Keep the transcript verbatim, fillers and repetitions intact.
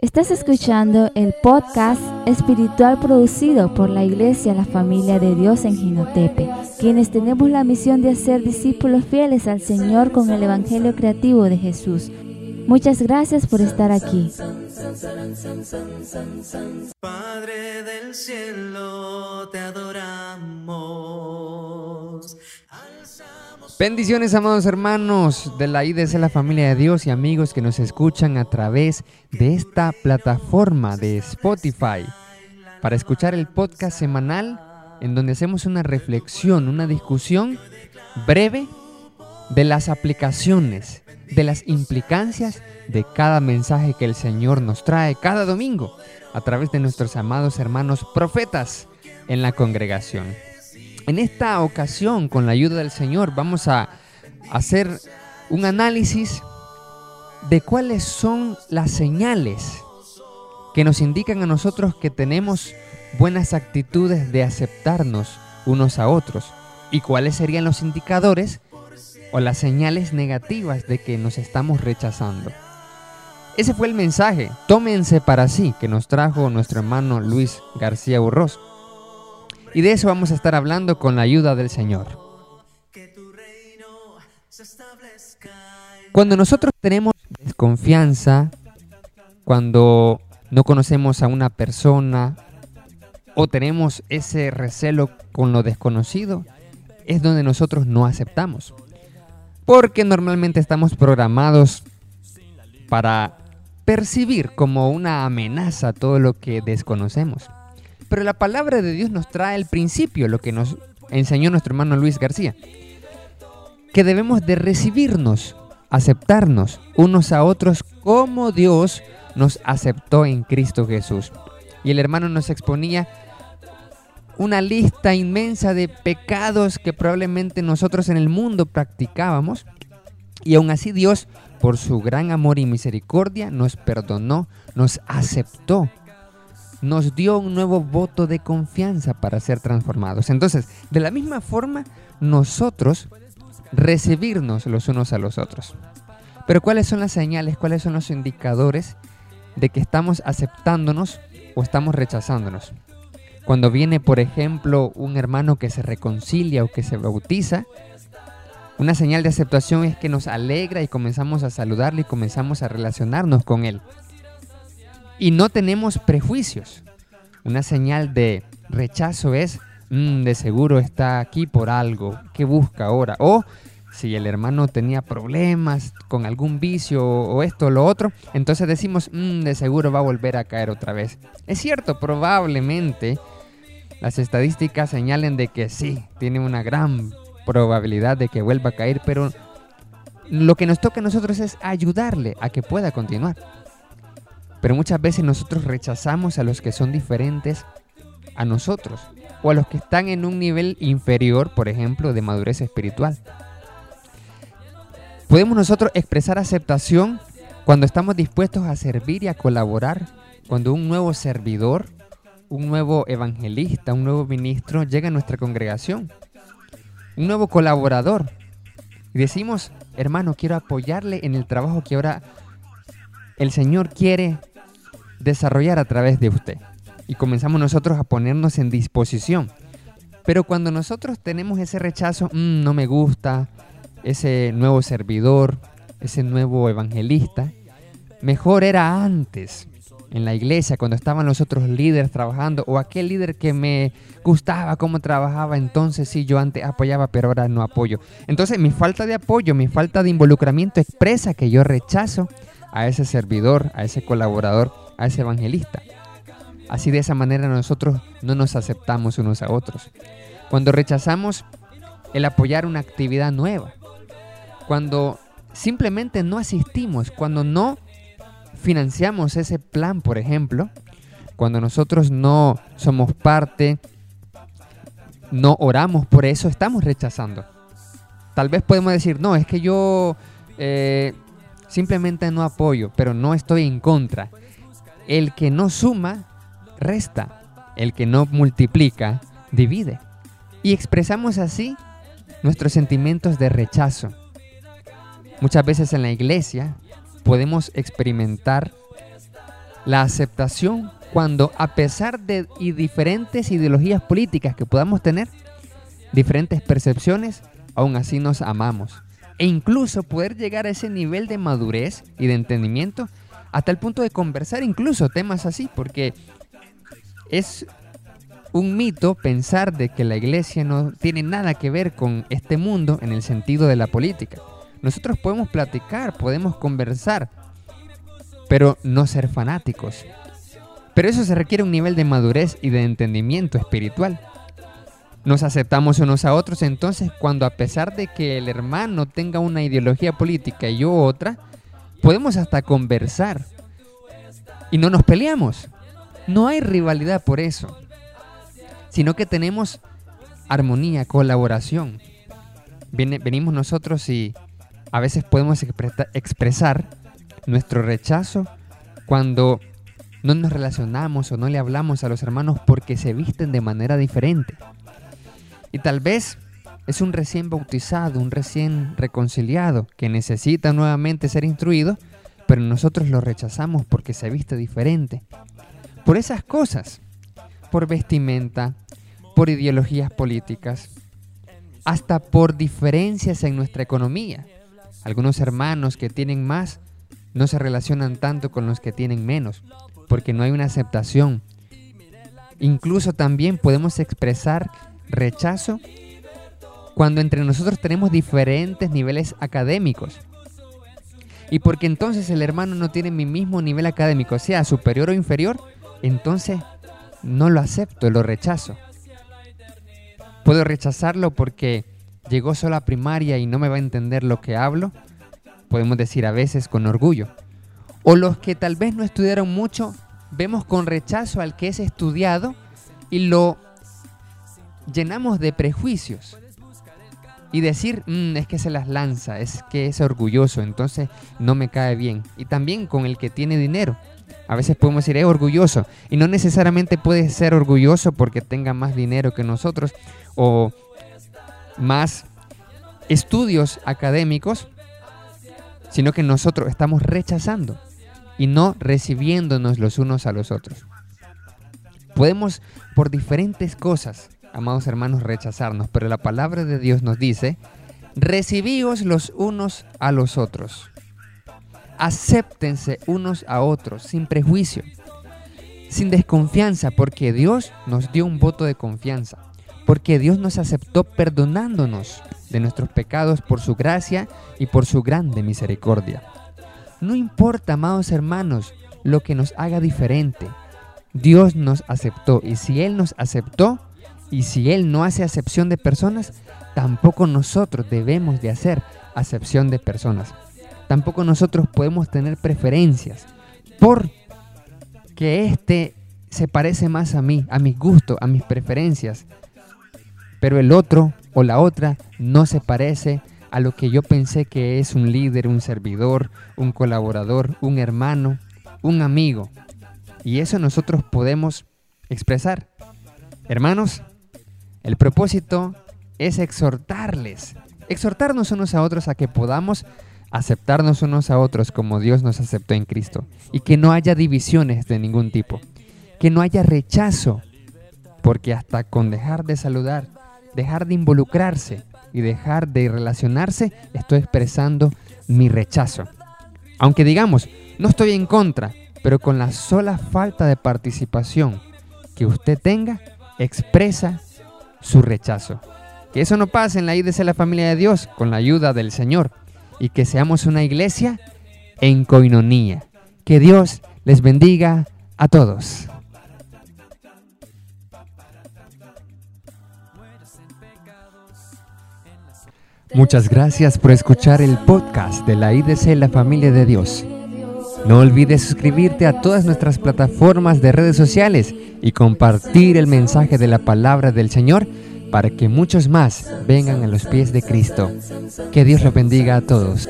Estás escuchando el podcast espiritual producido por la Iglesia La Familia de Dios en Jinotepe, quienes tenemos la misión de hacer discípulos fieles al Señor con el Evangelio creativo de Jesús. Muchas gracias por estar aquí. Padre del cielo, te adoramos. Bendiciones, amados hermanos de la I D C, la Familia de Dios, y amigos que nos escuchan a través de esta plataforma de Spotify para escuchar el podcast semanal en donde hacemos una reflexión, una discusión breve de las aplicaciones, de las implicancias de cada mensaje que el Señor nos trae cada domingo a través de nuestros amados hermanos profetas en la congregación. En esta ocasión, con la ayuda del Señor, vamos a hacer un análisis de cuáles son las señales que nos indican a nosotros que tenemos buenas actitudes de aceptarnos unos a otros y cuáles serían los indicadores o las señales negativas de que nos estamos rechazando. Ese fue el mensaje, tómense para sí, que nos trajo nuestro hermano Luis García Urroz. Y de eso vamos a estar hablando con la ayuda del Señor. Cuando nosotros tenemos desconfianza, cuando no conocemos a una persona o tenemos ese recelo con lo desconocido, es donde nosotros no aceptamos. Porque normalmente estamos programados para percibir como una amenaza todo lo que desconocemos. Pero la palabra de Dios nos trae el principio, lo que nos enseñó nuestro hermano Luis García, que debemos de recibirnos, aceptarnos unos a otros como Dios nos aceptó en Cristo Jesús. Y el hermano nos exponía una lista inmensa de pecados que probablemente nosotros en el mundo practicábamos, y aún así Dios, por su gran amor y misericordia, nos perdonó, nos aceptó, nos dio un nuevo voto de confianza para ser transformados. Entonces, de la misma forma, nosotros recibirnos los unos a los otros. Pero ¿cuáles son las señales, cuáles son los indicadores de que estamos aceptándonos o estamos rechazándonos? Cuando viene, por ejemplo, un hermano que se reconcilia o que se bautiza, una señal de aceptación es que nos alegra y comenzamos a saludarle y comenzamos a relacionarnos con él. Y no tenemos prejuicios. Una señal de rechazo es, mmm, de seguro está aquí por algo, ¿qué busca ahora? O si el hermano tenía problemas con algún vicio o esto o lo otro, entonces decimos, mmm, de seguro va a volver a caer otra vez. Es cierto, probablemente las estadísticas señalen de que sí, tiene una gran probabilidad de que vuelva a caer, pero lo que nos toca a nosotros es ayudarle a que pueda continuar. Pero muchas veces nosotros rechazamos a los que son diferentes a nosotros o a los que están en un nivel inferior, por ejemplo, de madurez espiritual. Podemos nosotros expresar aceptación cuando estamos dispuestos a servir y a colaborar, cuando un nuevo servidor, un nuevo evangelista, un nuevo ministro llega a nuestra congregación, un nuevo colaborador, y decimos, hermano, quiero apoyarle en el trabajo que ahora el Señor quiere desarrollar a través de usted. Y comenzamos nosotros a ponernos en disposición. Pero cuando nosotros tenemos ese rechazo, mmm, no me gusta ese nuevo servidor, ese nuevo evangelista, mejor era antes, en la iglesia, cuando estaban los otros líderes trabajando, o aquel líder que me gustaba cómo trabajaba, entonces sí, yo antes apoyaba, pero ahora no apoyo. Entonces mi falta de apoyo, mi falta de involucramiento expresa que yo rechazo a ese servidor, a ese colaborador, a ese evangelista. Así, de esa manera nosotros no nos aceptamos unos a otros. Cuando rechazamos el apoyar una actividad nueva, cuando simplemente no asistimos, cuando no financiamos ese plan, por ejemplo, cuando nosotros no somos parte, no oramos por eso, estamos rechazando. Tal vez podemos decir, no, es que yo eh, simplemente no apoyo, pero no estoy en contra. El que no suma, resta. El que no multiplica, divide. Y expresamos así nuestros sentimientos de rechazo. Muchas veces en la iglesia podemos experimentar la aceptación cuando, a pesar de y diferentes ideologías políticas que podamos tener, diferentes percepciones, aún así nos amamos. E incluso poder llegar a ese nivel de madurez y de entendimiento hasta el punto de conversar incluso temas así, porque es un mito pensar de que la iglesia no tiene nada que ver con este mundo en el sentido de la política. Nosotros podemos platicar, podemos conversar, pero no ser fanáticos. Pero eso se requiere un nivel de madurez y de entendimiento espiritual. Nos aceptamos unos a otros, entonces cuando, a pesar de que el hermano tenga una ideología política y yo otra, podemos hasta conversar y no nos peleamos. No hay rivalidad por eso, sino que tenemos armonía, colaboración. Viene, venimos nosotros y a veces podemos expresa, expresar nuestro rechazo cuando no nos relacionamos o no le hablamos a los hermanos porque se visten de manera diferente. Y tal vez es un recién bautizado, un recién reconciliado que necesita nuevamente ser instruido, pero nosotros lo rechazamos porque se viste diferente. Por esas cosas, por vestimenta, por ideologías políticas, hasta por diferencias en nuestra economía. Algunos hermanos que tienen más no se relacionan tanto con los que tienen menos, porque no hay una aceptación. Incluso también podemos expresar rechazo cuando entre nosotros tenemos diferentes niveles académicos. Y porque entonces el hermano no tiene mi mismo nivel académico, sea superior o inferior, entonces no lo acepto, lo rechazo. Puedo rechazarlo porque llegó solo a primaria y no me va a entender lo que hablo, podemos decir a veces con orgullo. O los que tal vez no estudiaron mucho, vemos con rechazo al que es estudiado y lo llenamos de prejuicios. Y decir, mmm, es que se las lanza, es que es orgulloso, entonces no me cae bien. Y también con el que tiene dinero. A veces podemos decir, es orgulloso. Y no necesariamente puede ser orgulloso porque tenga más dinero que nosotros o más estudios académicos, sino que nosotros estamos rechazando y no recibiéndonos los unos a los otros. Podemos, por diferentes cosas, amados hermanos, rechazarnos, pero la palabra de Dios nos dice, recibíos los unos a los otros. Acéptense unos a otros, sin prejuicio, sin desconfianza, porque Dios nos dio un voto de confianza, porque Dios nos aceptó perdonándonos de nuestros pecados por su gracia y por su grande misericordia. No importa, amados hermanos, lo que nos haga diferente. Dios nos aceptó, y si Él nos aceptó, y si Él no hace acepción de personas, tampoco nosotros debemos de hacer acepción de personas. Tampoco nosotros podemos tener preferencias porque este se parece más a mí, a mis gustos, a mis preferencias, pero el otro o la otra no se parece a lo que yo pensé que es un líder, un servidor, un colaborador, un hermano, un amigo. Y eso nosotros podemos expresar. Hermanos, el propósito es exhortarles, exhortarnos unos a otros a que podamos aceptarnos unos a otros como Dios nos aceptó en Cristo, y que no haya divisiones de ningún tipo, que no haya rechazo, porque hasta con dejar de saludar, dejar de involucrarse y dejar de relacionarse, estoy expresando mi rechazo. Aunque digamos, no estoy en contra, pero con la sola falta de participación que usted tenga, expresa su rechazo. Que eso no pase en la I D C, la familia de Dios, con la ayuda del Señor, y que seamos una iglesia en coinonía. Que Dios les bendiga a todos. Muchas gracias por escuchar el podcast de la I D C, la familia de Dios. No olvides suscribirte a todas nuestras plataformas de redes sociales y compartir el mensaje de la palabra del Señor para que muchos más vengan a los pies de Cristo. Que Dios los bendiga a todos.